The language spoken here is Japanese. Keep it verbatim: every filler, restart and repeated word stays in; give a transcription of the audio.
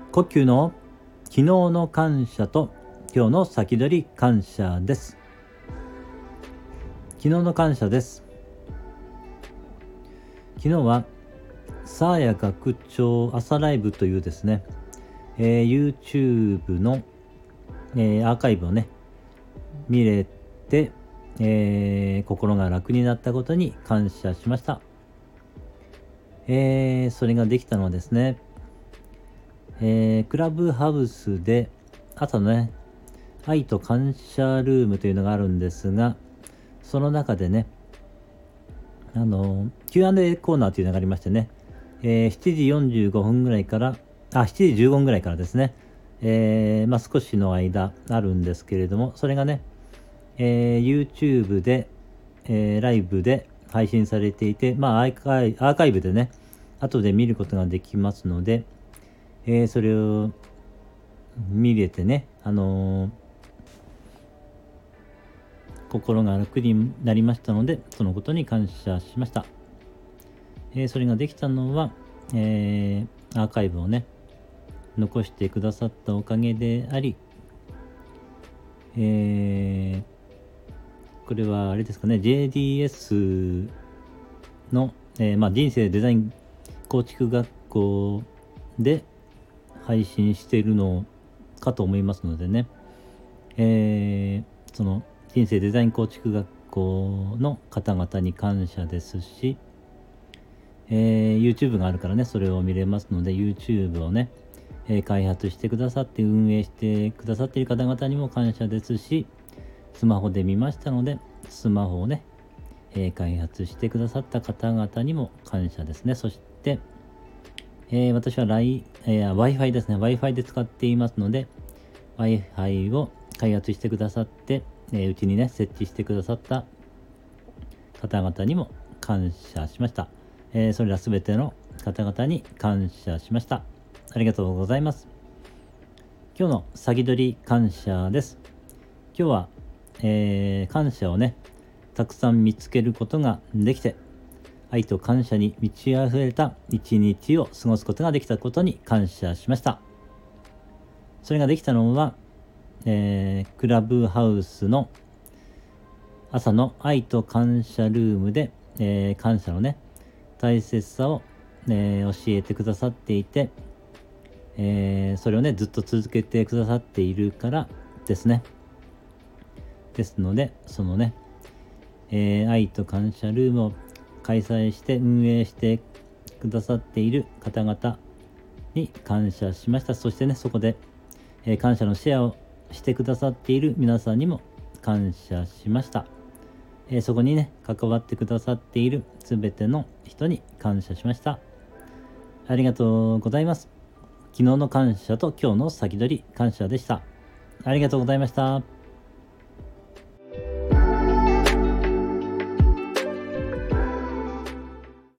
呼吸の昨日の感謝と今日の先取り感謝です。昨日の感謝です。昨日はさあや学長朝ライブというですね、えー、YouTube の、えー、アーカイブをね見れて、えー、心が楽になったことに感謝しました。えー、それができたのはですね、えー、クラブハウスで朝のね愛と感謝ルームというのがあるんですが、その中でねあの キューアンドエー コーナーというのがありましてね、えー、しちじよんじゅうごふんぐらいからあしちじじゅうごふんぐらいからですね、えー、まあ少しの間あるんですけれども、それがね、えー、YouTube で、えー、ライブで配信されていて、まあアーカイ、アーカイブでね後で見ることができますので、えー、それを見れてね、あのー、心が楽になりましたので、そのことに感謝しました。えー、それができたのは、えー、アーカイブをね残してくださったおかげであり、えー、これはあれですかね ジェーディーエス の、えーまあ、人生デザイン構築学校で配信しているのかと思いますのでね、えー、その人生デザイン構築学校の方々に感謝ですし、えー、YouTube があるからねそれを見れますので、 YouTube をね、えー、開発してくださって運営してくださっている方々にも感謝ですし、スマホで見ましたのでスマホをね、えー、開発してくださった方々にも感謝ですね。そして、えー、私は、ライえー、Wi-Fi ですね Wi-Fi で使っていますので、 Wi-Fi を開発してくださって、えー、うちにね設置してくださった方々にも感謝しました。えー、それらすべての方々に感謝しました。ありがとうございます。今日の先取り感謝です。今日は、えー、感謝をねたくさん見つけることができて、愛と感謝に満ち溢れた一日を過ごすことができたことに感謝しました。それができたのは、えー、クラブハウスの朝の愛と感謝ルームで、えー、感謝のね大切さを、えー、教えてくださっていて、えー、それをねずっと続けてくださっているからですね。ですのでそのね、えー、愛と感謝ルームを開催して運営してくださっている方々に感謝しました。そしてねそこで、えー、感謝のシェアをしてくださっている皆さんにも感謝しました。えー、そこにね関わってくださっているすべての人に感謝しました。ありがとうございます。昨日の感謝と今日の先取り感謝でした。ありがとうございました。